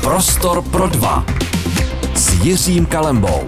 Prostor pro dva s Jiřím Kalembou.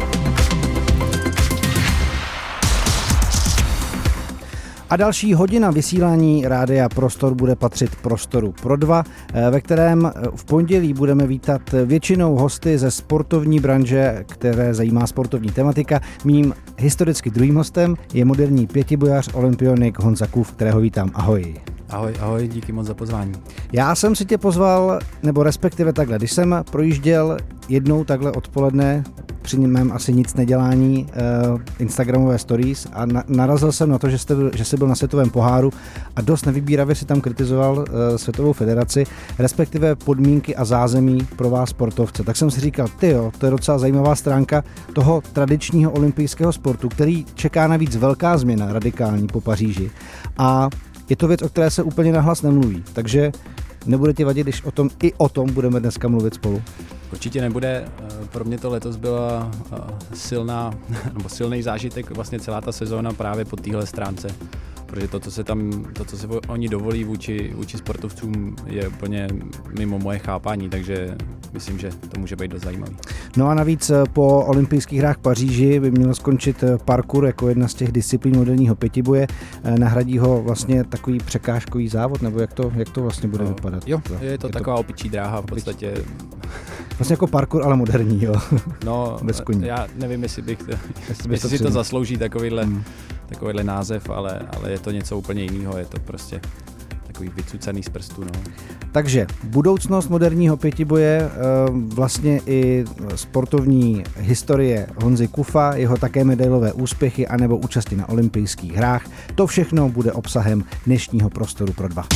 A další hodina vysílání Rádia Prostor bude patřit Prostoru pro dva, ve kterém v pondělí budeme vítat většinou hosty ze sportovní branže, které zajímá sportovní tematika. Mým historicky druhým hostem je moderní pětibojař, olympionik Honza Kuf, kterého vítám. Ahoj. Ahoj, díky moc za pozvání. Já jsem si tě pozval, nebo respektive takhle, když jsem projížděl jednou takhle odpoledne při mém asi nic nedělání Instagramové stories a narazil jsem na to, že jsi byl na světovém poháru a dost nevybíravě si tam kritizoval Světovou federaci, respektive podmínky a zázemí pro vás sportovce. Tak jsem si říkal, to je docela zajímavá stránka toho tradičního olympijského sportu, který čeká navíc velká změna, radikální po Paříži. A je to věc, o které se úplně nahlas nemluví, takže nebude ti vadit, když o tom budeme dneska mluvit spolu? Určitě nebude. Pro mě to letos byla silný zážitek, vlastně celá ta sezóna právě po téhle stránce. Protože to, co se oni dovolí vůči sportovcům, je úplně mimo moje chápání, takže myslím, že to může být dost zajímavý. No a navíc po olympijských hrách v Paříži by měl skončit parkour jako jedna z těch disciplín moderního pětiboje. Nahradí ho vlastně takový překážkový závod, nebo jak to vlastně bude vypadat? Jo, je to taková opičí dráha v podstatě. Vlastně jako parkour, ale moderní, jo. No, bez koní. Já nevím, jestli si to zaslouží takovýhle název, ale je to něco úplně jiného, je to prostě takový vycucaný z prstů. No. Takže budoucnost moderního pětiboje, vlastně i sportovní historie Honzy Kufa, jeho také medailové úspěchy anebo účasti na olympijských hrách, to všechno bude obsahem dnešního Prostoru pro dva.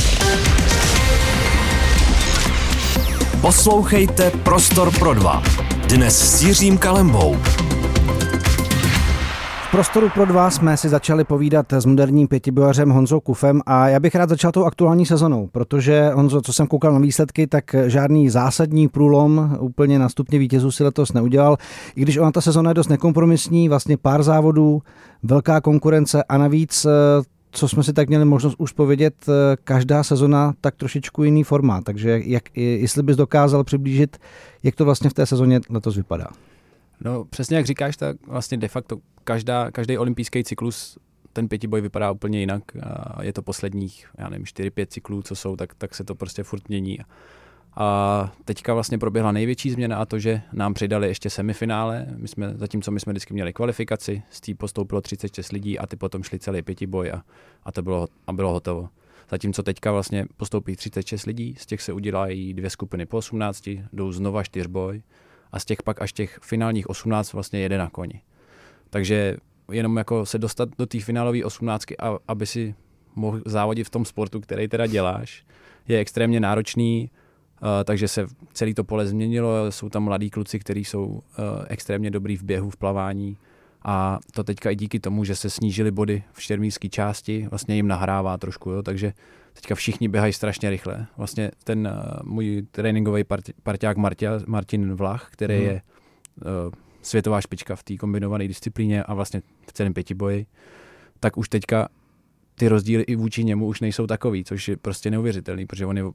Poslouchejte Prostor pro dva. Dnes s Jiřím Kalembou. V Prostoru pro dva jsme si začali povídat s moderním pětibojařem Honzou Kufem a já bych rád začal tou aktuální sezonou, protože Honzo, co jsem koukal na výsledky, tak žádný zásadní průlom úplně na stupně vítězů si letos neudělal. I když ona ta sezona je dost nekompromisní, vlastně pár závodů, velká konkurence a navíc co jsme si tak měli možnost už povědět, každá sezona tak trošičku jiný formát, takže jestli bys dokázal přiblížit, jak to vlastně v té sezóně letos vypadá? No přesně jak říkáš, tak vlastně de facto každý olympijský cyklus, ten pětiboj vypadá úplně jinak. Je to posledních, 4-5 cyklů, co jsou, tak se to prostě furt mění. A teďka vlastně proběhla největší změna a to, že nám přidali ještě semifinále. Zatímco my jsme vždycky měli kvalifikaci, z té postoupilo 36 lidí a ty potom šli celý pětiboj a to bylo hotovo. Zatímco teďka vlastně postoupí 36 lidí, z těch se udělají 2 skupiny po 18, jdou znova 4boj a z těch pak až těch finálních 18 vlastně jede na koni. Takže jenom jako se dostat do té finálové 18, aby si mohl závodit v tom sportu, který teda děláš, je extrémně náročný. Takže se celé to pole změnilo, jsou tam mladí kluci, kteří jsou extrémně dobrý v běhu, v plavání a to teďka i díky tomu, že se snížily body v šermířské části, vlastně jim nahrává trošku, jo, takže teďka všichni běhají strašně rychle. Vlastně ten můj tréninkový parťák Martin Vlach, který je světová špička v té kombinované disciplíně a vlastně v celém pětiboji, tak už teďka ty rozdíly i vůči němu už nejsou takový, což je prostě neuvěřitelný, protože on je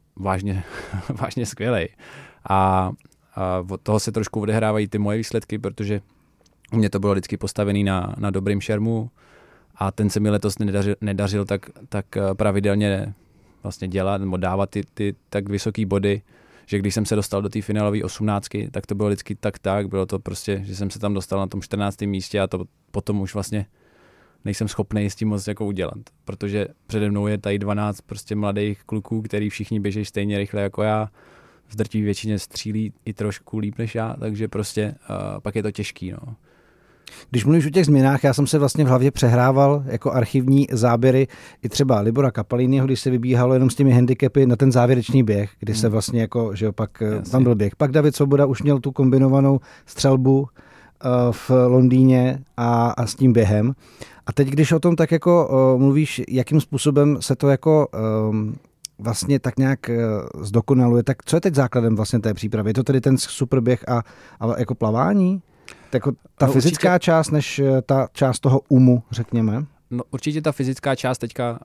vážně skvělej. A od toho se trošku odehrávají ty moje výsledky, protože u mě to bylo vždycky postavený na dobrým šermu a ten se mi letos nedařil tak pravidelně vlastně dělat nebo dávat ty tak vysoký body, že když jsem se dostal do té finálové 18, tak to bylo vždycky tak, bylo to prostě, že jsem se tam dostal na tom 14. místě a to potom už vlastně nejsem schopný s tím moc jako udělat, protože přede mnou je tady 12 prostě mladých kluků, který všichni běží stejně rychle jako já, v drtivé většině střílí i trošku líp než já, takže prostě pak je to těžký, no. Když mluvíš o těch změnách, já jsem se vlastně v hlavě přehrával jako archivní záběry i třeba Libora Kapalínyho, když se vybíhalo jenom s těmi handicapy na ten závěrečný běh, kdy se vlastně jako, že jo, pak tam byl běh. Pak David Svoboda už měl tu kombinovanou střelbu v Londýně a s tím během. A teď, když o tom tak jako mluvíš, jakým způsobem se to jako vlastně tak nějak zdokonaluje, tak co je teď základem vlastně té přípravy? Je to tedy ten superběh a jako plavání? Jako ta fyzická určitě část, než ta část toho řekněme? No, určitě ta fyzická část teďka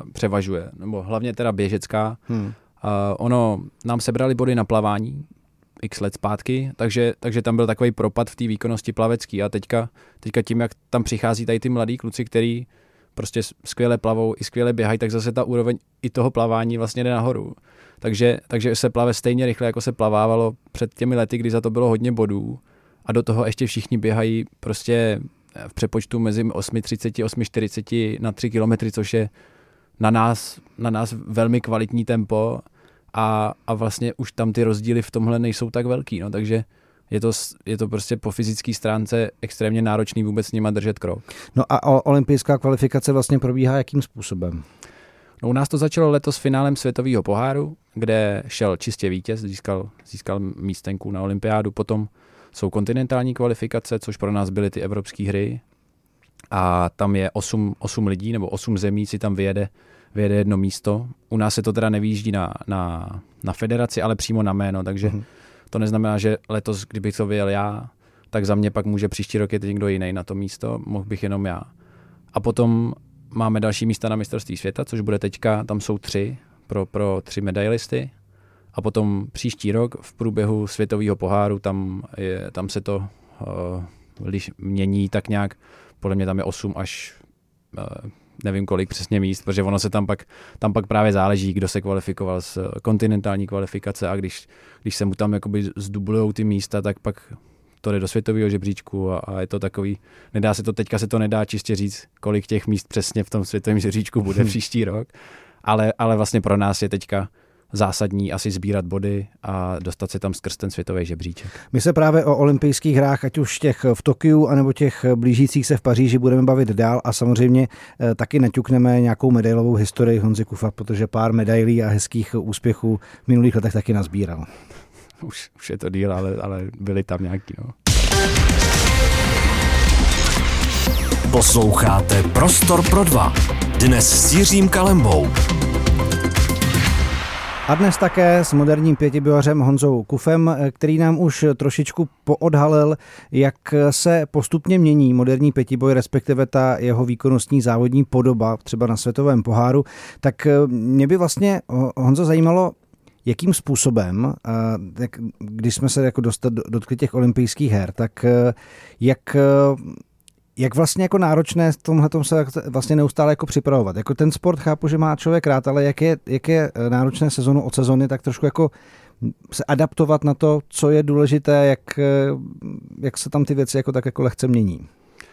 převažuje, nebo hlavně teda běžecká. Ono nám sebrali body na plavání, x let zpátky, takže tam byl takový propad v té výkonnosti plavecký a teďka tím, jak tam přichází tady ty mladí kluci, který prostě skvěle plavou i skvěle běhají, tak zase ta úroveň i toho plavání vlastně jde nahoru. Takže se plave stejně rychle, jako se plavávalo před těmi lety, kdy za to bylo hodně bodů a do toho ještě všichni běhají prostě v přepočtu mezi 8:30, 8:40 na 3 kilometry, což je na nás velmi kvalitní tempo a vlastně už tam ty rozdíly v tomhle nejsou tak velký, no, takže je to prostě po fyzické stránce extrémně náročný vůbec s nima držet krok. No a olympijská kvalifikace vlastně probíhá jakým způsobem? No, u nás to začalo letos finálem světového poháru, kde šel čistě vítěz, získal místenku na olympiádu, potom jsou kontinentální kvalifikace, což pro nás byly ty evropské hry a tam je 8 lidí nebo 8 zemí si tam vyjede jedno místo. U nás se to teda nevyjíždí na federaci, ale přímo na jméno, takže to neznamená, že letos, kdybych to vyjel já, tak za mě pak může příští rok jet někdo jiný na to místo, mohl bych jenom já. A potom máme další místa na mistrovství světa, což bude teďka, tam jsou 3 pro 3 medailisty. A potom příští rok v průběhu světového poháru tam se to mění tak nějak, podle mě tam je 8 až nevím kolik přesně míst, protože ono se tam pak právě záleží, kdo se kvalifikoval z kontinentální kvalifikace a když se mu tam jakoby zdublujou ty místa, tak pak to jde do světového žebříčku a je to takový, teďka se to nedá čistě říct, kolik těch míst přesně v tom světovém žebříčku bude příští rok, ale vlastně pro nás je teďka zásadní asi sbírat body a dostat se tam skrz ten světový žebříček. My se právě o olympijských hrách, ať už těch v Tokiu, anebo těch blížících se v Paříži, budeme bavit dál a samozřejmě taky naťukneme nějakou medailovou historii Honzy Kufa, protože pár medailí a hezkých úspěchů v minulých letech taky nazbíral. Už je to díl, ale byly tam nějaký, no. Posloucháte Prostor pro dva. Dnes s Jiřím Kalembou. A dnes také s moderním pětiběhařem Honzou Kufem, který nám už trošičku poodhalil, jak se postupně mění moderní pětiboj, respektive ta jeho výkonnostní závodní podoba, třeba na světovém poháru. Tak mě by vlastně, Honzo, zajímalo, jakým způsobem, když jsme se jako dotkli těch olympijských her, tak jak vlastně jako náročné v tomhletom se vlastně neustále jako připravovat. Jako ten sport chápu, že má člověk rád, ale jak je náročné sezonu od sezony, tak trošku jako se adaptovat na to, co je důležité, jak se tam ty věci jako tak jako lehce mění.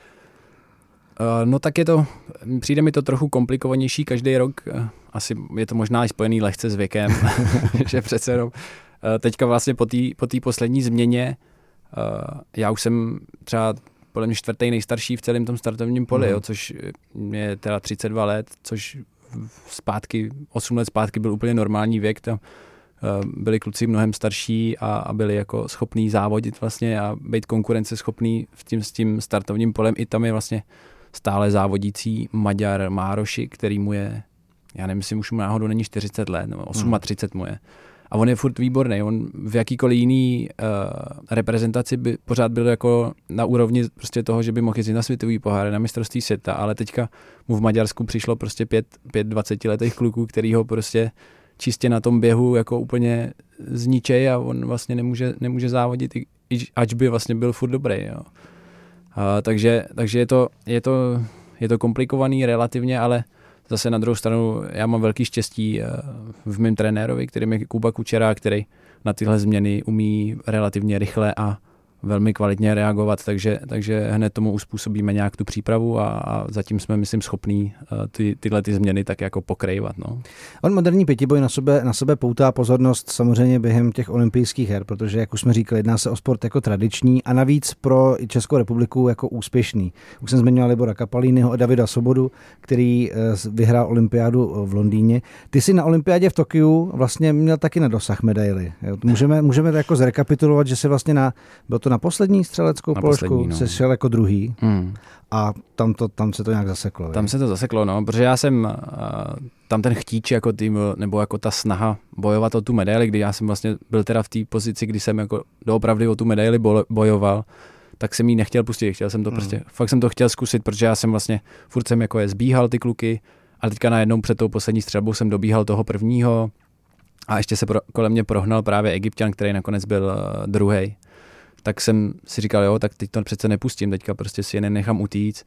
No tak přijde mi to trochu komplikovanější každý rok, asi je to možná i spojený lehce s věkem, že přece jenom teďka vlastně po té poslední změně, já už jsem třeba podle mě 4. nejstarší v celém tom startovním poli, což je teda 32 let, což 8 let zpátky byl úplně normální věk, tam byli kluci mnohem starší a byli jako schopní závodit vlastně a být konkurenceschopní s tím startovním polem. I tam je vlastně stále závodící Maďar Mároši, který mu je, já nevím, už mu náhodou není 40 let, nebo 38 mu je. A on je furt výborný, on v jakýkoliv jiný reprezentaci by pořád byl jako na úrovni prostě toho, že by mohl jezdit na světový pohár, na mistrovství světa, ale teďka mu v Maďarsku přišlo prostě 5 20letých kluků, který ho prostě čistě na tom běhu jako úplně zničej a on vlastně nemůže závodit, ač by vlastně byl furt dobrý. Jo. Takže je to komplikovaný relativně, ale zase na druhou stranu já mám velký štěstí v mém trenérovi, kterým je Kuba Kučera, který na tyhle změny umí relativně rychle a velmi kvalitně reagovat, takže hned tomu uspůsobíme nějak tu přípravu a zatím jsme, myslím, schopní tyhle ty změny tak jako pokrývat. No. On moderní pětiboj na sebe poutá pozornost samozřejmě během těch olympijských her, protože, jak už jsme říkali, jedná se o sport jako tradiční a navíc pro Českou republiku jako úspěšný. Už jsem zmiňoval Libora Kapalínyho a Davida Svobodu, který vyhrál olympiádu v Londýně. Ty jsi na olympiádě v Tokiu vlastně měl taky na dosah medaily. Můžeme to jako zrekapitulovat, že se vlastně bylo to na poslední střeleckou položku, se šel jako druhý a tam se to nějak zaseklo. Tam se to zaseklo, no, protože já jsem tam ten chtíč jako tým, nebo jako ta snaha bojovat o tu medaili, kdy já jsem vlastně byl teda v té pozici, kdy jsem jako doopravdy o tu medaili bojoval, tak jsem jí nechtěl pustit, fakt jsem to chtěl zkusit, protože já jsem vlastně, furt jsem jako zbíhal ty kluky, ale teďka najednou před tou poslední střelbou jsem dobíhal toho prvního a ještě se kolem mě prohnal právě Egypťan, který nakonec byl druhý. Tak jsem si říkal, jo, tak teď to přece nepustím, teďka prostě si je nenechám utíct.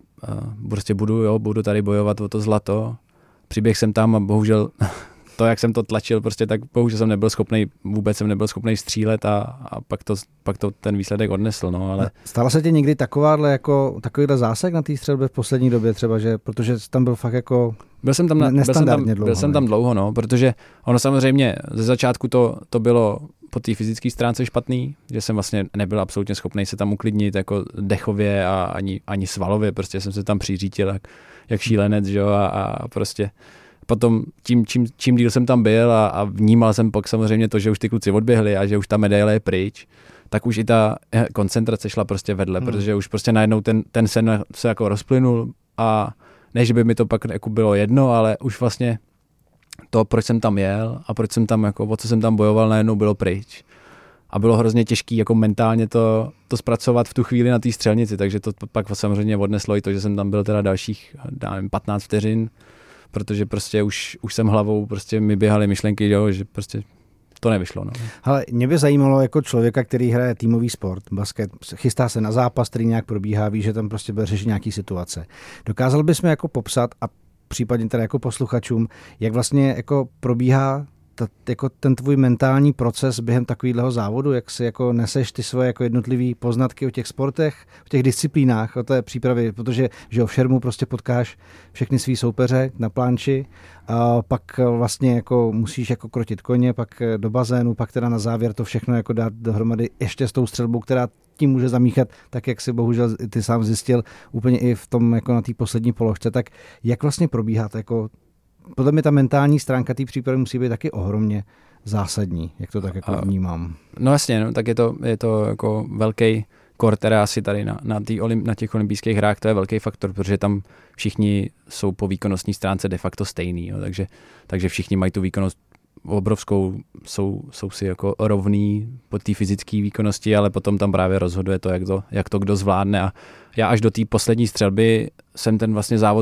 Prostě budu tady bojovat o to zlato. Přiběh jsem tam a bohužel to, jak jsem to tlačil, prostě tak bohužel jsem vůbec nebyl schopný střílet a pak to ten výsledek odnesl, no, ale... Stala se ti někdy takovýhle zásek na té střelbě v poslední době třeba, že, protože tam byl fakt jako nestandardně dlouho. Byl jsem tam dlouho, no, protože ono samozřejmě ze začátku to bylo po té fyzické stránce špatný, že jsem vlastně nebyl absolutně schopný se tam uklidnit jako dechově a ani svalově, prostě jsem se tam přiřítil jak šílenec, že jo, a prostě potom čím díl jsem tam byl a vnímal jsem pak samozřejmě to, že už ty kluci odběhli a že už ta medaile je pryč, tak už i ta koncentrace šla prostě vedle, protože už prostě najednou ten sen se jako rozplynul a ne, že by mi to pak jako bylo jedno, ale už vlastně to, proč jsem tam jel a proč jsem tam jako, o co jsem tam bojoval, najednou bylo pryč. A bylo hrozně těžké jako mentálně to zpracovat v tu chvíli na té střelnici, takže to pak samozřejmě odneslo i to, že jsem tam byl teda dalších 15 vteřin, protože prostě už jsem hlavou, prostě mi běhaly myšlenky, jo, že prostě to nevyšlo. No. Ale mě by zajímalo jako člověka, který hraje týmový sport, basket, chystá se na zápas, který nějak probíhá, ví, že tam prostě bude řešit nějaký situace. Dokázal bys mi jako popsat a případně teda jako posluchačům, jak vlastně jako probíhá jako ten tvůj mentální proces během takového závodu, jak si jako neseš ty svoje jako jednotlivé poznatky o těch sportech, o těch disciplínách, o té přípravě, protože že v šermu prostě potkáš všechny svý soupeře na plánči, a pak vlastně jako musíš jako krotit koně, pak do bazénu, pak teda na závěr to všechno jako dát dohromady ještě s tou střelbou, která tím může zamíchat, tak jak si bohužel ty sám zjistil úplně i v tom jako na té poslední položce, tak jak vlastně probíhá to jako podle mě ta mentální stránka té přípravy musí být taky ohromně zásadní, jak to tak jako vnímám. No jasně, no, tak je to jako velký kor, teda asi tady na těch olympijských hrách, to je velký faktor, protože tam všichni jsou po výkonnostní stránce de facto stejný, jo, takže všichni mají tu výkonnost obrovskou, jsou si jako rovný po té fyzické výkonnosti, ale potom tam právě rozhoduje to, jak to kdo zvládne a já až do té poslední střelby jsem ten vlastně závod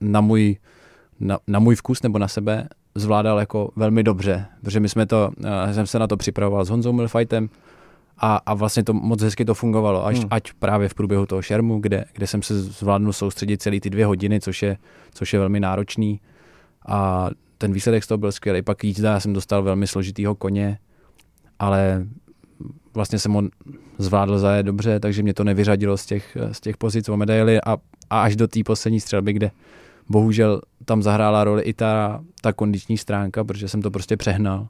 na můj vkus nebo na sebe zvládal jako velmi dobře, protože jsem se na to připravoval s Honzou Milfightem a vlastně to moc hezky to fungovalo, ať právě v průběhu toho šermu, kde jsem se zvládnul soustředit celý ty 2 hodiny, což je velmi náročný a ten výsledek z toho byl skvělý. Pak jízda, já jsem dostal velmi složitýho koně, ale vlastně jsem ho zvládl zajet dobře, takže mě to nevyřadilo z těch pozic o medaili a až do té poslední střelby, kde bohužel tam zahrála roli i ta kondiční stránka, protože jsem to prostě přehnal,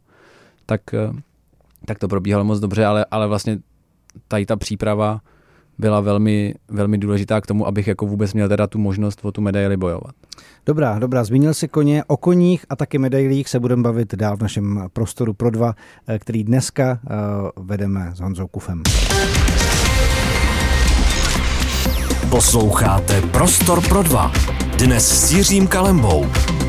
tak to probíhalo moc dobře, ale vlastně tady ta příprava byla velmi, velmi důležitá k tomu, abych jako vůbec měl teda tu možnost o tu medaili bojovat. Dobrá, zmínil si koně, o koních a taky medailích se budeme bavit dál v našem prostoru pro 2, který dneska vedeme s Honzou Kufem. Posloucháte Prostor pro 2. Dnes s Jiřím Kalembou.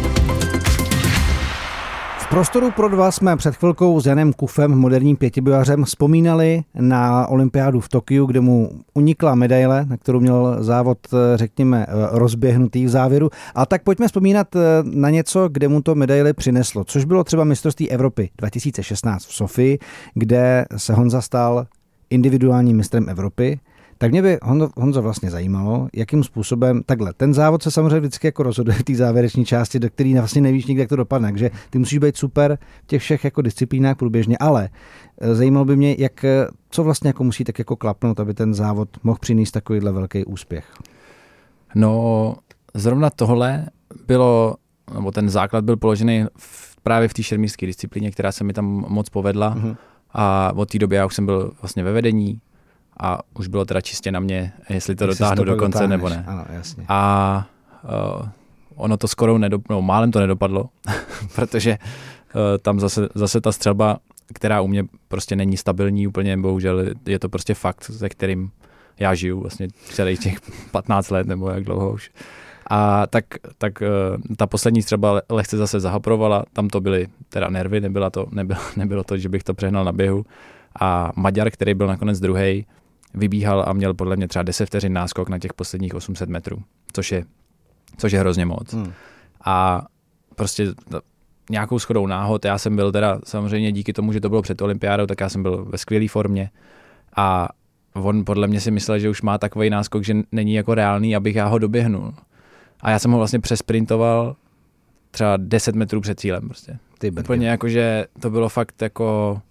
V Prostoru pro 2 jsme před chvilkou s Janem Kufem, moderním pětibojařem, vzpomínali na olympiádu v Tokiu, kde mu unikla medaile, na kterou měl závod, řekněme, rozběhnutý v závěru. A tak pojďme vzpomínat na něco, kde mu to medaile přineslo, což bylo třeba mistrovství Evropy 2016 v Sofii, kde se Honza stal individuálním mistrem Evropy. Tak mě by, Honzo, vlastně zajímalo, jakým způsobem, takhle, ten závod se samozřejmě vždycky jako rozhoduje v té závěrečné části, do který vlastně nevíš nikdy, jak to dopadne, takže ty musíš být super v těch všech jako disciplínách průběžně, ale zajímalo by mě, co vlastně jako musí tak jako klapnout, aby ten závod mohl přinést takovýhle velký úspěch. No, zrovna tohle bylo, nebo ten základ byl položený právě v té šermířské disciplíně, která se mi tam moc povedla a od té doby já už jsem byl vlastně ve vedení, a už bylo teda čistě na mě, jestli to dotáhnu do konce nebo ne. Ano, jasně. A ono to skoro málem to nedopadlo, protože tam zase ta střelba, která u mě prostě není stabilní úplně, bohužel je to prostě fakt, se kterým já žiju vlastně celých těch 15 let nebo jak dlouho už. A tak ta poslední střelba lehce zase zahaprovala, tam to byly teda nervy, nebylo to, že bych to přehnal na běhu. A Maďar, který byl nakonec druhý, vybíhal a měl podle mě třeba 10 vteřin náskok na těch posledních 800 metrů, což je hrozně moc. A prostě nějakou shodou náhod, já jsem byl teda samozřejmě díky tomu, že to bylo před olympiádou, tak já jsem byl ve skvělé formě a on podle mě si myslel, že už má takový náskok, že není jako reálný, abych já ho doběhnul. A já jsem ho vlastně přesprintoval třeba 10 metrů před cílem prostě. Úplně jako, že to bylo fakt jako,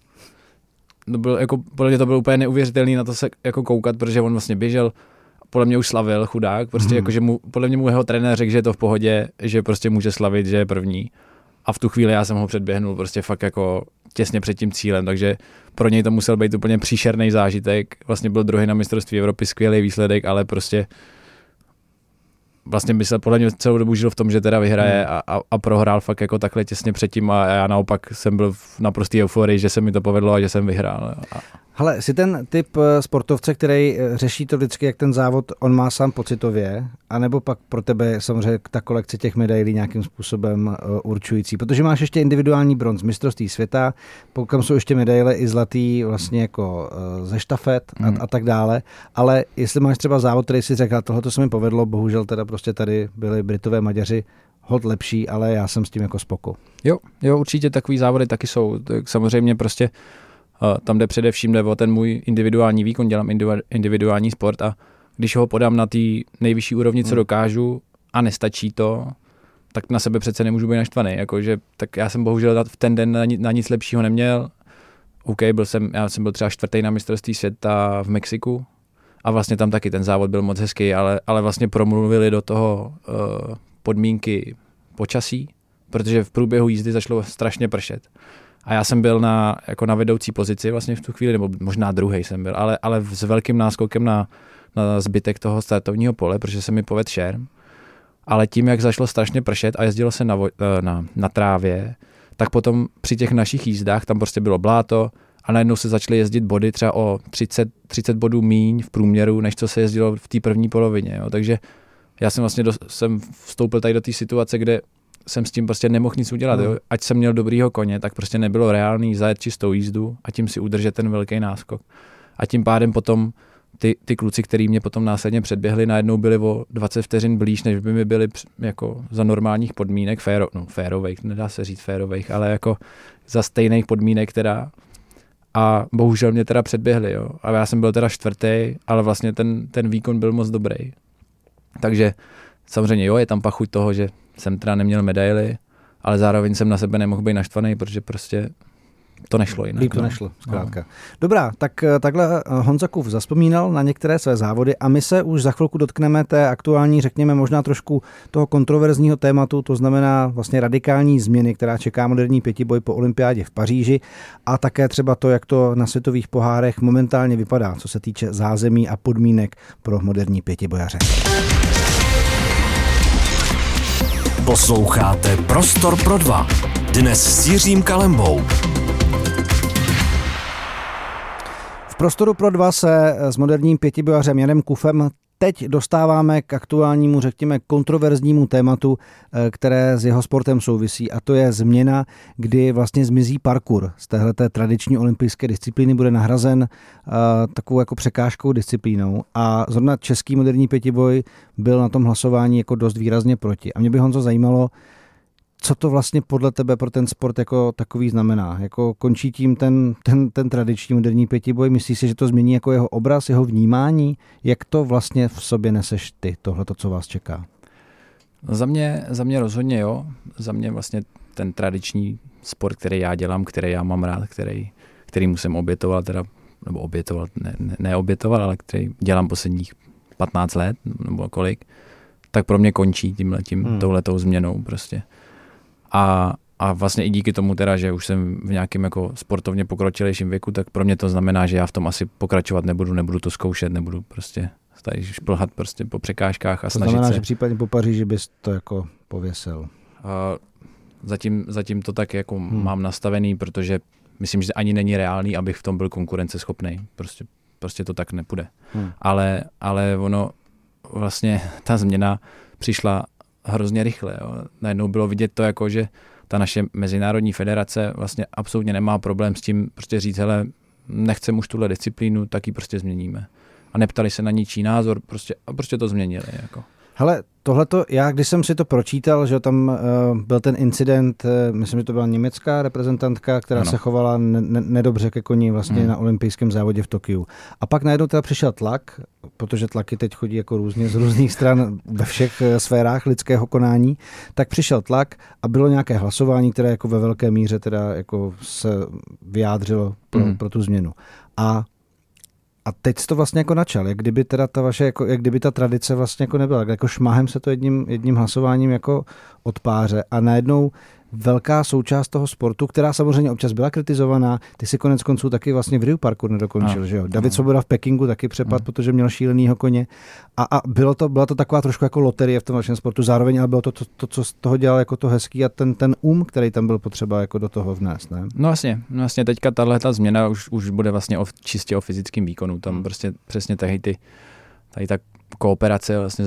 podle mě to bylo úplně neuvěřitelný na to se jako koukat, protože on vlastně běžel, podle mě už slavil, chudák, prostě jako, že podle mě mu jeho trenér řekl, že je to v pohodě, že prostě může slavit, že je první. A v tu chvíli já jsem ho předběhnul prostě fakt jako těsně před tím cílem, takže pro něj to musel být úplně příšerný zážitek. Vlastně byl druhý na mistrovství Evropy, skvělý výsledek, ale prostě vlastně myslel, podle mě celou dobu žil v tom, že teda vyhraje a prohrál fakt jako takhle těsně předtím a já naopak jsem byl v naprostý euforii, že se mi to povedlo a že jsem vyhrál. Hele, jsi ten typ sportovce, který řeší to vždycky, jak ten závod on má sám pocitově, anebo pak pro tebe samozřejmě ta kolekce těch medailí nějakým způsobem určující, protože máš ještě individuální bronz mistrovství světa, pokud jsou ještě medaile i zlatý vlastně jako ze štafet a tak dále, ale jestli máš třeba závod, který si řekl, tohle se mi povedlo, bohužel teda prostě tady byli Britové, Maďaři hod lepší, ale já jsem s tím jako spoko. Jo, určitě takový závody taky jsou, tak samozřejmě prostě tam jde především o ten můj individuální výkon, dělám individuální sport a když ho podám na té nejvyšší úrovni, co dokážu a nestačí to, tak na sebe přece nemůžu být naštvaný. Jakože, tak já jsem bohužel v ten den na nic lepšího neměl. Já jsem byl třeba 4. na mistrovství světa v Mexiku a vlastně tam taky ten závod byl moc hezký, ale vlastně promluvili do toho podmínky počasí, protože v průběhu jízdy začalo strašně pršet. A já jsem byl na vedoucí pozici vlastně v tu chvíli, nebo možná druhý jsem byl, ale s velkým náskokem na zbytek toho startovního pole, protože se mi povedl šerm. Ale tím, jak začalo strašně pršet a jezdilo se na trávě, tak potom při těch našich jízdách tam prostě bylo bláto a najednou se začaly jezdit body třeba o 30 bodů míň v průměru, než co se jezdilo v té první polovině. Jo. Takže já jsem vlastně jsem vstoupil tady do té situace, kde jsem s tím prostě nemohl nic udělat. Jo. Ať jsem měl dobrýho koně, tak prostě nebylo reálný zajet čistou jízdu a tím si udržet ten velký náskok. A tím pádem potom ty kluci, který mě potom následně předběhli, najednou byli o 20 vteřin blíž, než by mi byli jako za normálních podmínek, férovejch, nedá se říct férovejch, ale jako za stejných podmínek teda. A bohužel mě teda předběhli, jo. A já jsem byl teda 4., ale vlastně ten výkon byl moc dobrý. Takže samozřejmě jo, je tam pachuť toho, že jsem teda neměl medaily, ale zároveň jsem na sebe nemohl být naštvaný, protože prostě to nešlo jinak. Líp to nešlo, zkrátka. No. Dobrá, tak takhle Honza Kuf zavzpomínal na některé své závody a my se už za chvilku dotkneme té aktuální, řekněme možná trošku toho kontroverzního tématu, to znamená vlastně radikální změny, která čeká moderní pětiboj po olympiádě v Paříži a také třeba to, jak to na světových pohárech momentálně vypadá, co se týče zázemí a podmínek pro moderní pětibojaře. Posloucháte Prostor pro dva. Dnes s Jiřím Kalembou. V Prostoru pro dva se s moderním pětibojařem Janem Kufem teď dostáváme k aktuálnímu, řekněme, kontroverznímu tématu, které s jeho sportem souvisí, a to je změna, kdy vlastně zmizí parkour z téhleté tradiční olympijské disciplíny, bude nahrazen takovou jako překážkou disciplínou a zrovna český moderní pětiboj byl na tom hlasování jako dost výrazně proti. A mě by, Honzo, zajímalo, co to vlastně podle tebe pro ten sport jako takový znamená? Jako končí tím ten tradiční moderní pětiboj? Myslíš si, že to změní jako jeho obraz, jeho vnímání? Jak to vlastně v sobě neseš ty, tohleto, co vás čeká? No za mě rozhodně jo. Za mě vlastně ten tradiční sport, který já dělám, který já mám rád, který musím obětovat, ne obětovat, ale který dělám posledních 15 let, nebo kolik, tak pro mě končí touhletou změnou prostě. A vlastně i díky tomu teda, že už jsem v nějakém jako sportovně pokročilejším věku, tak pro mě to znamená, že já v tom asi pokračovat nebudu to zkoušet, nebudu prostě tady šplhat prostě po překážkách a snažit se. To znamená, že případně po Paříži bys to jako pověsil. Zatím to tak jako mám nastavený, protože myslím, že ani není reálný, abych v tom byl konkurenceschopný. Prostě to tak nepůjde. Ale ono vlastně ta změna přišla hrozně rychle. Jo. Najednou bylo vidět to, jako, že ta naše mezinárodní federace vlastně absolutně nemá problém s tím prostě říct, hele, nechcem už tuhle disciplínu, tak ji prostě změníme. A neptali se na ničí názor, prostě to změnili. Jako. Hele, tohleto, já když jsem si to pročítal, že tam byl ten incident, myslím, že to byla německá reprezentantka, která se chovala nedobře ke koni vlastně na olympijském závodě v Tokiu. A pak najednou teda přišel tlak, protože tlaky teď chodí jako různě z různých stran ve všech sférách lidského konání, tak přišel tlak a bylo nějaké hlasování, které jako ve velké míře teda jako se vyjádřilo pro tu změnu. A teď jsi to vlastně jako načal, jak kdyby teda ta vaše, jako, jak kdyby ta tradice vlastně jako nebyla, jako šmahem se to jedním hlasováním jako odpáře a najednou velká součást toho sportu, která samozřejmě občas byla kritizovaná, ty si konec konců taky vlastně v Riu Parkour nedokončil, že jo? David Svoboda v Pekingu taky přepad, protože měl šílenýho koně a byla to taková trošku jako loterie v tom vašem sportu, zároveň ale bylo to, co z toho dělal jako to hezký a ten který tam byl potřeba jako do toho vnést, ne? No vlastně teďka tato změna už bude vlastně čistě o fyzickém výkonu, tam prostě přesně tady ta kooperace vlastně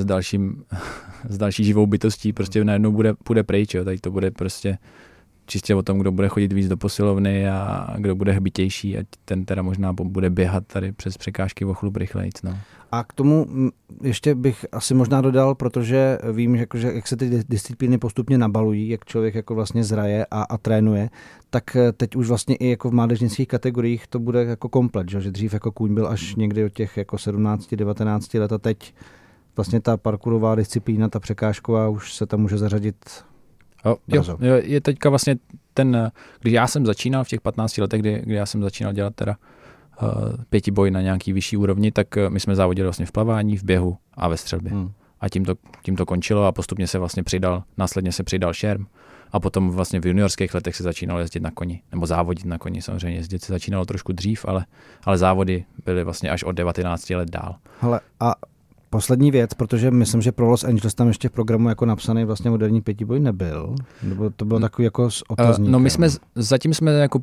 s další živou bytostí prostě najednou půjde pryč, jo. Tady to bude prostě čistě o tom, kdo bude chodit víc do posilovny a kdo bude hbitější a ten teda možná bude běhat tady přes překážky o chlup rychlejc, no. A k tomu ještě bych asi možná dodal, protože vím, že jak se ty disciplíny postupně nabalují, jak člověk jako vlastně zraje a trénuje, tak teď už vlastně i jako v mládežnických kategoriích to bude jako komplet, že dřív jako kůň byl až někdy od těch jako 17-19 let a teď vlastně ta parkourová disciplína, ta překážková už se tam může zařadit. Jo, je teďka vlastně když já jsem začínal v těch 15 letech, kdy já jsem začínal dělat teda pětiboj na nějaký vyšší úrovni, tak my jsme závodili vlastně v plavání, v běhu a ve střelbě. A tím to končilo a postupně se vlastně následně se přidal šerm a potom vlastně v juniorských letech se začínalo jezdit na koni, nebo závodit na koni, samozřejmě jezdit se začínalo trošku dřív, ale závody byly vlastně až od 19 let dál. Hele, a poslední věc, protože myslím, že pro Los Angeles tam ještě v programu jako napsaný vlastně moderní pětiboj nebyl, nebo to bylo takový jako s otazníkem. No my zatím jsme jako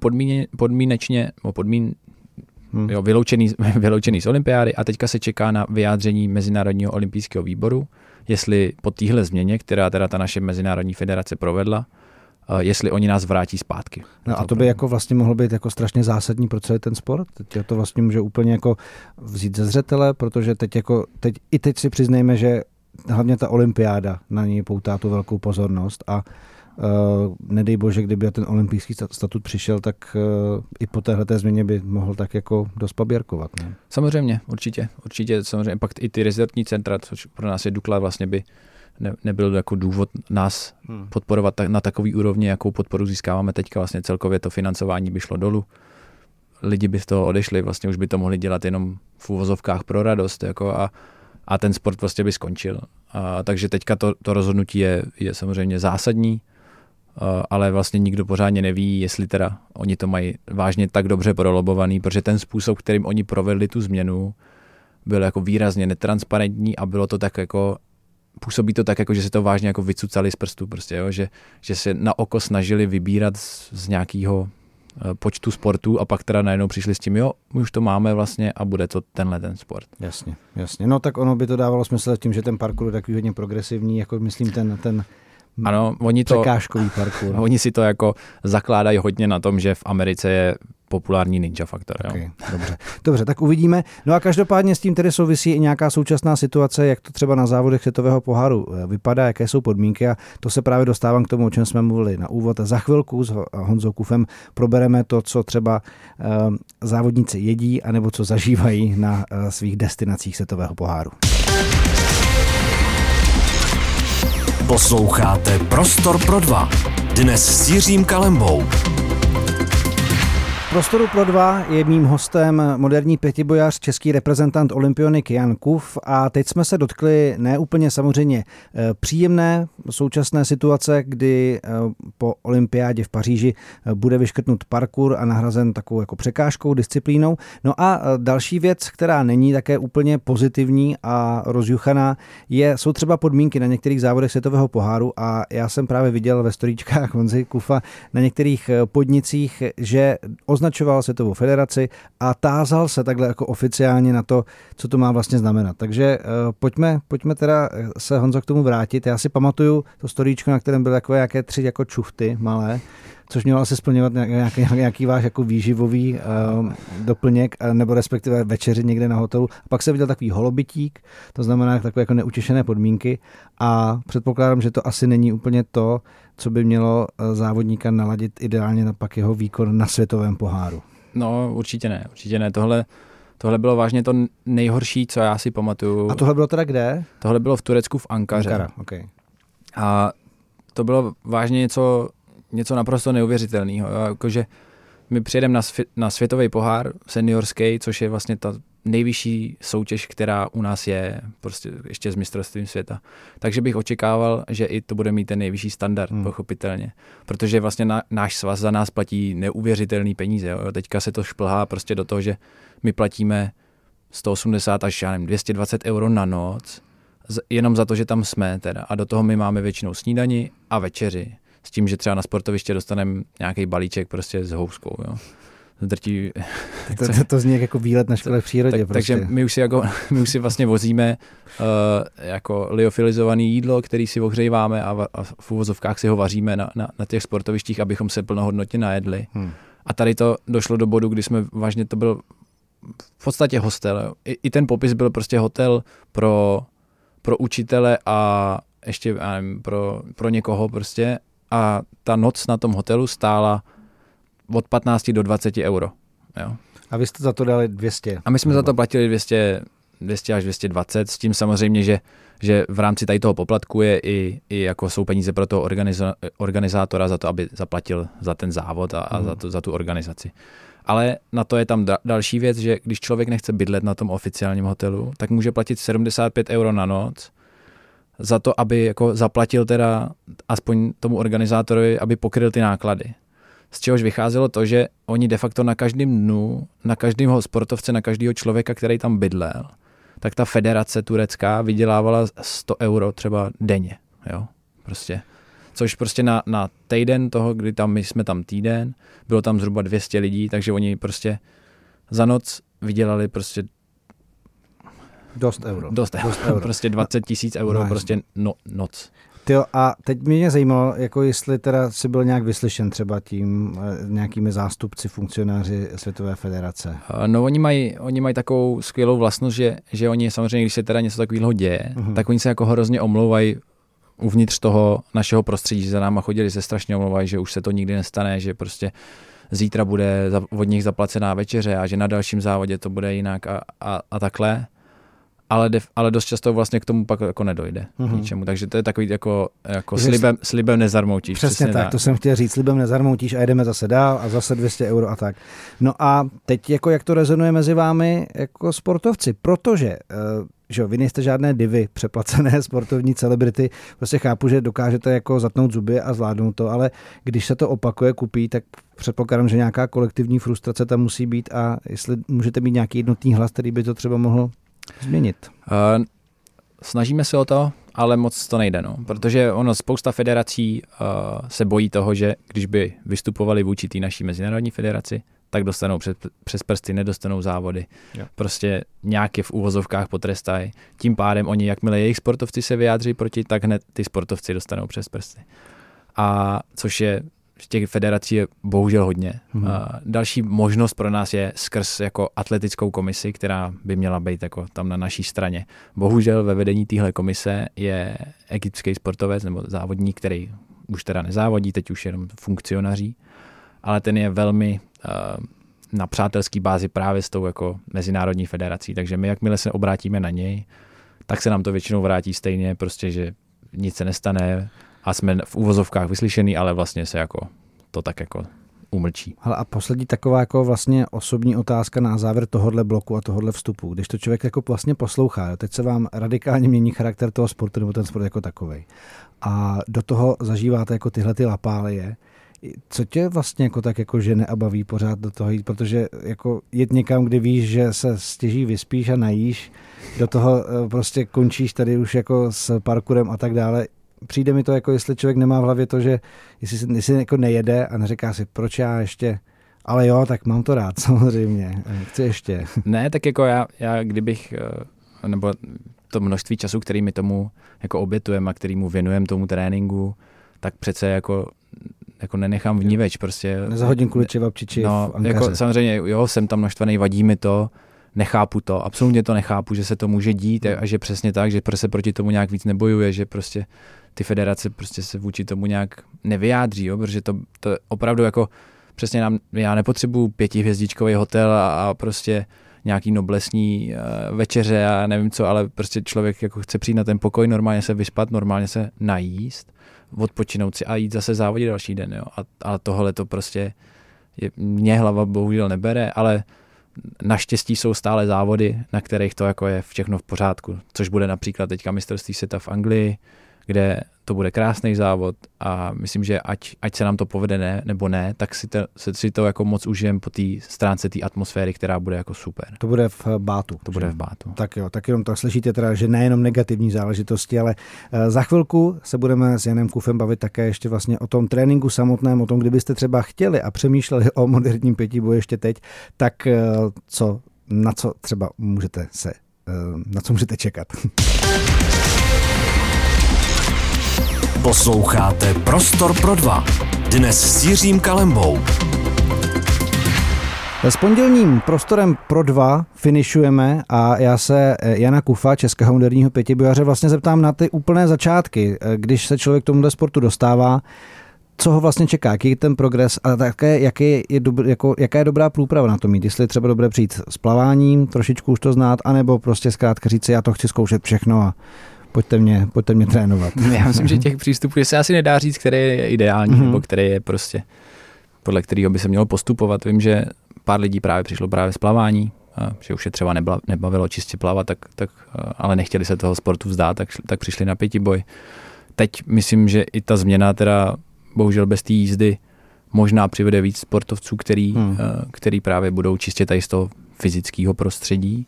vyloučený z olympiády a teďka se čeká na vyjádření Mezinárodního olympijského výboru, jestli po téhle změně, která teda ta naše mezinárodní federace provedla, jestli oni nás vrátí zpátky. No a to by jako vlastně mohlo být jako strašně zásadní pro celý ten sport. Teď to vlastně může úplně jako vzít ze zřetele, protože teď si přiznejme, že hlavně ta olympiáda na ní poutá tu velkou pozornost a nedej bože, kdyby ten olympijský statut přišel, tak i po téhleté změně by mohl tak jako dost paběrkovat. Ne? Samozřejmě, určitě samozřejmě. Pak i ty rezortní centra, což pro nás je Dukla, vlastně by nebyl jako důvod nás podporovat na takový úrovni, jakou podporu získáváme teďka. Vlastně celkově to financování by šlo dolů. Lidi by z toho odešli, vlastně už by to mohli dělat jenom v uvozovkách pro radost jako a ten sport prostě by skončil. Takže teďka to rozhodnutí je samozřejmě zásadní, ale vlastně nikdo pořádně neví, jestli teda oni to mají vážně tak dobře prolobovaný, protože ten způsob, kterým oni provedli tu změnu, byl jako výrazně netransparentní a bylo to tak jako působí to tak, jako že se to vážně jako vycucali z prstů, prostě, jo? Že se na oko snažili vybírat z nějakého počtu sportů a pak teda najednou přišli s tím, jo, my už to máme vlastně a bude to tenhle ten sport. Jasně. No tak ono by to dávalo smysl tím, že ten parkour je takový hodně progresivní, jako myslím ten ano, překážkový parkour. Oni si to jako zakládají hodně na tom, že v Americe je populární Ninja Faktor. Okay, dobře, tak uvidíme. No a každopádně s tím tedy souvisí i nějaká současná situace, jak to třeba na závodech světového poháru vypadá, jaké jsou podmínky a to se právě dostávám k tomu, o čem jsme mluvili na úvod. A za chvilku s Honzou Kufem probereme to, co třeba závodníci jedí anebo co zažívají na svých destinacích světového poháru. Posloucháte Prostor pro dva. Dnes s Jiřím Kalembou. V Prostoru pro dva je mým hostem moderní pětibojař, český reprezentant Olympionik Jan Kuf a teď jsme se dotkli neúplně samozřejmě příjemné současné situace, kdy po olympiádě v Paříži bude vyškrtnut parkour a nahrazen takovou jako překážkou, disciplínou. No a další věc, která není také úplně pozitivní a rozjuchaná, jsou třeba podmínky na některých závodech světového poháru a já jsem právě viděl ve storíčkách Honzy Kufa na některých podnicích, že označoval Světovou federaci a tázal se takhle jako oficiálně na to, co to má vlastně znamenat. Takže pojďme teda se, Honzo, k tomu vrátit. Já si pamatuju to storíčko, na kterém byly takové jaké 3 jako čufty malé, což mělo asi splňovat nějaký váš jako výživový doplněk, nebo respektive večeři někde na hotelu. A pak jsem viděl takový holobytík, to znamená takové jako neutěšené podmínky a předpokládám, že to asi není úplně to, co by mělo závodníka naladit ideálně na pak jeho výkon na světovém poháru. No, určitě ne. Tohle bylo vážně to nejhorší, co já si pamatuju. A tohle bylo teda kde? Tohle bylo v Turecku v Ankaře. Ankara, okay. A to bylo vážně něco naprosto neuvěřitelného. Jakože my přijedeme na světový pohár seniorský, což je vlastně ta nejvyšší soutěž, která u nás je, prostě ještě s mistrovstvím světa. Takže bych očekával, že i to bude mít ten nejvyšší standard, pochopitelně. Protože vlastně náš svaz za nás platí neuvěřitelný peníze. Jo. Teďka se to šplhá prostě do toho, že my platíme 180 až 220 euro na noc, jenom za to, že tam jsme teda. A do toho my máme většinou snídani a večeři. S tím, že třeba na sportoviště dostaneme nějaký balíček prostě s houskou, jo. Drtí. To zní jako výlet na škole v přírodě. Takže my už si vlastně vozíme jako liofilizované jídlo, který si ohřejváme a v uvozovkách si ho vaříme na těch sportovištích, abychom se plnohodnotně najedli. A tady to došlo do bodu, kdy jsme vážně, to byl v podstatě hostel. Jo. I ten popis byl prostě hotel pro učitele a ještě nevím, pro někoho prostě. A ta noc na tom hotelu stála od 15 do 20 euro. Jo. A vy jste za to dali 200? A my jsme za to platili 200 až 220, s tím samozřejmě, že v rámci tady toho poplatku je i jako jsou peníze pro toho organizátora za to, aby zaplatil za ten závod a za tu organizaci. Ale na to je tam další věc, že když člověk nechce bydlet na tom oficiálním hotelu, tak může platit 75 euro na noc za to, aby jako zaplatil teda aspoň tomu organizátorovi, aby pokryl ty náklady. Z čehož vycházelo to, že oni de facto na každém dnu, na každého sportovce, na každého člověka, který tam bydlel, tak ta federace turecká vydělávala 100 euro třeba denně. Jo? Prostě. Což prostě na týden toho, kdy my jsme tam týden, bylo tam zhruba 200 lidí, takže oni prostě za noc vydělali prostě dost euro. Prostě 20 000 euro, prostě noc. Tyjo, a teď mě zajímalo, jako jestli teda si byl nějak vyslyšen třeba tím nějakými zástupci, funkcionáři Světové federace. No oni mají takovou skvělou vlastnost, že oni samozřejmě, když se teda něco takového děje, tak oni se jako hrozně omlouvají uvnitř toho našeho prostředí, že za náma chodili, se strašně omlouvají, že už se to nikdy nestane, že prostě zítra bude od nich zaplacená večeře a že na dalším závodě to bude jinak a takhle. Ale dost často vlastně k tomu pak jako nedojde ničemu. Takže to je takový jako slibem nezarmoutíš. Přesně tak, to jsem chtěl říct, slibem nezarmoutíš a jedeme zase dál a zase 200 euro a tak. No a teď jako jak to rezonuje mezi vámi jako sportovci, protože že vy nejste žádné divy, přeplacené sportovní celebrity, prostě chápu, že dokážete jako zatnout zuby a zvládnout to, ale když se to opakuje, kupí, tak předpokládám, že nějaká kolektivní frustrace tam musí být a jestli můžete mít nějaký jednotný hlas, který by to třeba mohl změnit. Snažíme se o to, ale moc to nejde, no. Protože spousta federací se bojí toho, že když by vystupovali vůči té naší mezinárodní federaci, tak dostanou přes prsty, nedostanou závody. Jo. Prostě nějaké v úvozovkách potrestají. Tím pádem oni, jakmile jejich sportovci se vyjádří proti, tak hned ty sportovci dostanou přes prsty. A což je těch federací je bohužel hodně. Další možnost pro nás je skrz jako atletickou komisi, která by měla být jako tam na naší straně. Bohužel ve vedení téhle komise je egyptský sportovec nebo závodník, který už teda nezávodí, teď už jenom funkcionaří, ale ten je velmi na přátelský bázi právě s tou jako mezinárodní federací. Takže my, jakmile se obrátíme na něj, tak se nám to většinou vrátí stejně, prostě, že nic se nestane, a jsme v úvozovkách vyslyšený, ale vlastně se jako to tak jako umlčí. Hele, a poslední taková jako vlastně osobní otázka na závěr tohohle bloku a tohohle vstupu. Když to člověk jako vlastně poslouchá, teď se vám radikálně mění charakter toho sportu nebo ten sport jako takovej. A do toho zažíváte jako tyhle ty lapálie. Co tě vlastně jako tak jako žene a baví pořád do toho jít? Protože jako jít někam, kde víš, že se stěží vyspíš a najíš, do toho prostě končíš tady už jako s parkourem a tak dále. Přijde mi to, jako jestli člověk nemá v hlavě to, že jestli jako nejede a neříká si, proč já ještě, ale jo, tak mám to rád samozřejmě, chci ještě. Ne, tak jako já kdybych, nebo to množství času, který mi tomu jako obětujeme a který mu věnujeme tomu tréninku, tak přece jako jako nenechám vníveč prostě. Nezahodím kvůli čevapčiči v ankaře. Jako samozřejmě, jo, jsem tam naštvaný, vadí mi to, nechápu to, absolutně to nechápu, že se to může dít a že přesně tak, že se proti tomu nějak víc nebojuje, že prostě ty federace prostě se vůči tomu nějak nevyjádří, jo, protože to opravdu jako přesně já nepotřebuju 5hvězdičkový hotel a prostě nějaký noblesní večeře a nevím co, ale prostě člověk jako chce přijít na ten pokoj, normálně se vyspat, normálně se najíst, odpočinout si a jít zase závodit další den, jo. Ale tohle to prostě mě hlava bohužel nebere, ale naštěstí jsou stále závody, na kterých to jako je všechno v pořádku, což bude například teďka mistrovství světa v Anglii, kde to bude krásný závod a myslím, že ať se nám to povede nebo ne, tak si to jako moc užijem po té stránce té atmosféry, která bude jako super. To bude v Bátu. To bude v Bátu. Tak jo, tak jenom to slyšíte teda, že nejenom negativní záležitosti, ale za chvilku se budeme s Janem Kufem bavit také ještě vlastně o tom tréninku samotném, o tom, kdybyste třeba chtěli a přemýšleli o moderním pětiboji ještě teď, tak na co můžete čekat. Posloucháte Prostor pro dva. Dnes s Jiřím Kalembou. S pondělním Prostorem pro dva finišujeme a já se Jana Kufa, českého moderního pětibojaře, vlastně zeptám na ty úplné začátky, když se člověk k tomuhle sportu dostává, co ho vlastně čeká, jaký je ten progres a také jaká je dobrá průprava na to mít, jestli je třeba dobré přijít s plaváním, trošičku už to znát, anebo prostě zkrátka říct si, já to chci zkoušet všechno a pojďte mě trénovat. Já myslím, že těch přístupů se asi nedá říct, který je ideální, nebo který je prostě podle kterého by se mělo postupovat. Vím, že pár lidí přišlo z plavání, že už je třeba nebavilo čistě plavat, ale nechtěli se toho sportu vzdát, tak přišli na pětiboj. Teď myslím, že i ta změna teda bohužel bez té jízdy možná přivede víc sportovců, který právě budou čistě tady z toho fyzického prostředí.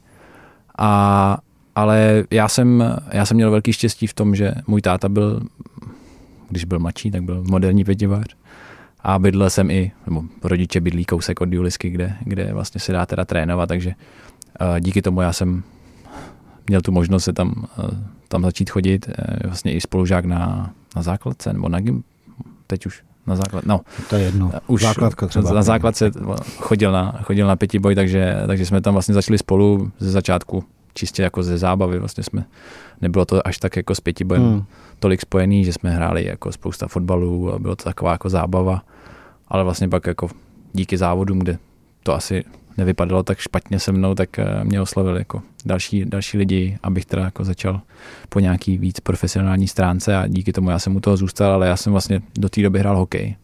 Ale já jsem měl velký štěstí v tom, že můj táta když byl mladší, tak byl moderní pětibojař. A bydlel jsem nebo rodiče bydlí kousek od Julisky, kde vlastně se dá teda trénovat, takže díky tomu já jsem měl tu možnost se tam začít chodit, vlastně i spolužák na základce, nebo teď už na základce, no. To je jedno, už základka třeba. Na základce chodil na pětiboj, takže jsme tam vlastně začali spolu ze začátku, čistě jako ze zábavy, vlastně nebylo to až tak jako s pětibojem tolik spojený, že jsme hráli jako spousta fotbalů a bylo to taková jako zábava, ale vlastně pak jako díky závodům, kde to asi nevypadalo tak špatně se mnou, tak mě oslovili jako další lidi, abych teda jako začal po nějaký víc profesionální stránce a díky tomu já jsem u toho zůstal, ale já jsem vlastně do té doby hrál hokej,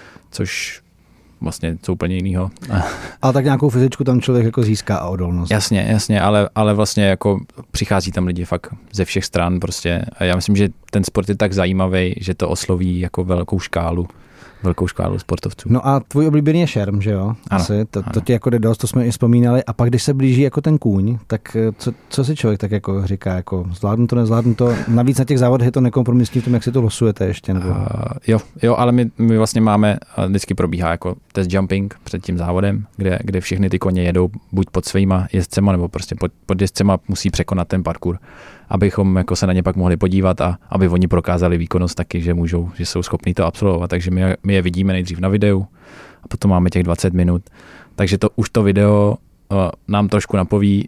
což vlastně co úplně jinýho. Ale tak nějakou fyzičku tam člověk jako získá a odolnost. Jasně, ale vlastně jako přichází tam lidi fakt ze všech stran prostě a já myslím, že ten sport je tak zajímavý, že to osloví jako velkou škálu sportovců. No a tvůj oblíbený je šerm, že jo? Asi, to ti jako jde dost, to jsme i vzpomínali. A pak, když se blíží jako ten kůň, tak co si člověk tak jako říká, jako zvládnu to, nezvládnu to? Navíc na těch závodech je to nekompromisní v tom, jak si to losujete ještě, nebo? Jo, ale my vlastně máme, vždycky probíhá jako test jumping před tím závodem, kde všechny ty koně jedou buď pod svýma jezdcema, nebo prostě pod jezdcema musí překonat ten parkour, abychom jako se na ně pak mohli podívat a aby oni prokázali výkonnost taky, že jsou schopní to absolvovat. Takže my je vidíme nejdřív na videu a potom máme těch 20 minut. Takže už to video nám trošku napoví,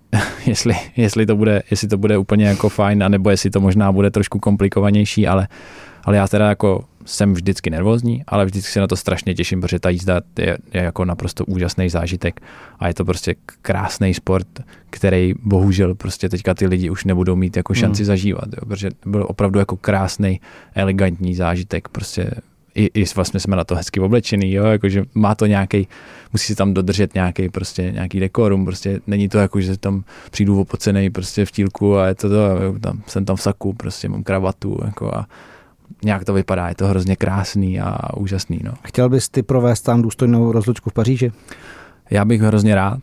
jestli to bude úplně jako fajn, anebo jestli to možná bude trošku komplikovanější, ale já teda jako jsem vždycky nervózní, ale vždycky se na to strašně těším, protože ta jízda je jako naprosto úžasný zážitek a je to prostě krásný sport, který bohužel prostě teďka ty lidi už nebudou mít jako šanci zažívat, jo, protože byl opravdu jako krásný, elegantní zážitek, prostě i vlastně jsme na to hezky oblečený, jo, jakože má to musí se tam dodržet nějaký dekorum, prostě není to jako, že tam přijdu opocenej prostě v tílku a je to jsem tam v saku, prostě mám kravatu, jako a nějak to vypadá, je to hrozně krásný a úžasný, no. Chtěl bys ty provést tam důstojnou rozlučku v Paříži? Já bych hrozně rád.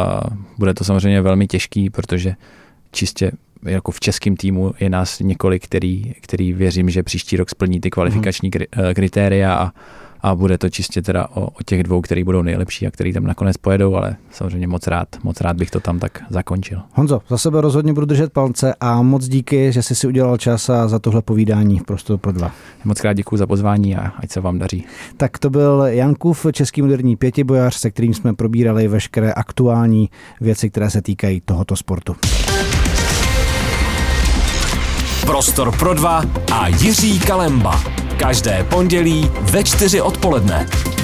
Bude to samozřejmě velmi těžký, protože čistě jako v českém týmu je nás několik, který věřím, že příští rok splní ty kvalifikační kritéria a bude to čistě teda o těch dvou, který budou nejlepší a který tam nakonec pojedou, ale samozřejmě moc rád bych to tam tak zakončil. Honzo, za sebe rozhodně budu držet palce a moc díky, že jsi si udělal čas a za tohle povídání v Prostoru pro dva. Moc krát děkuju za pozvání a ať se vám daří. Tak to byl Jan Kuf, český moderní pětibojař, se kterým jsme probírali veškeré aktuální věci, které se týkají tohoto sportu. Prostor pro dva a Jiří Kalemba. Každé pondělí ve 4 odpoledne.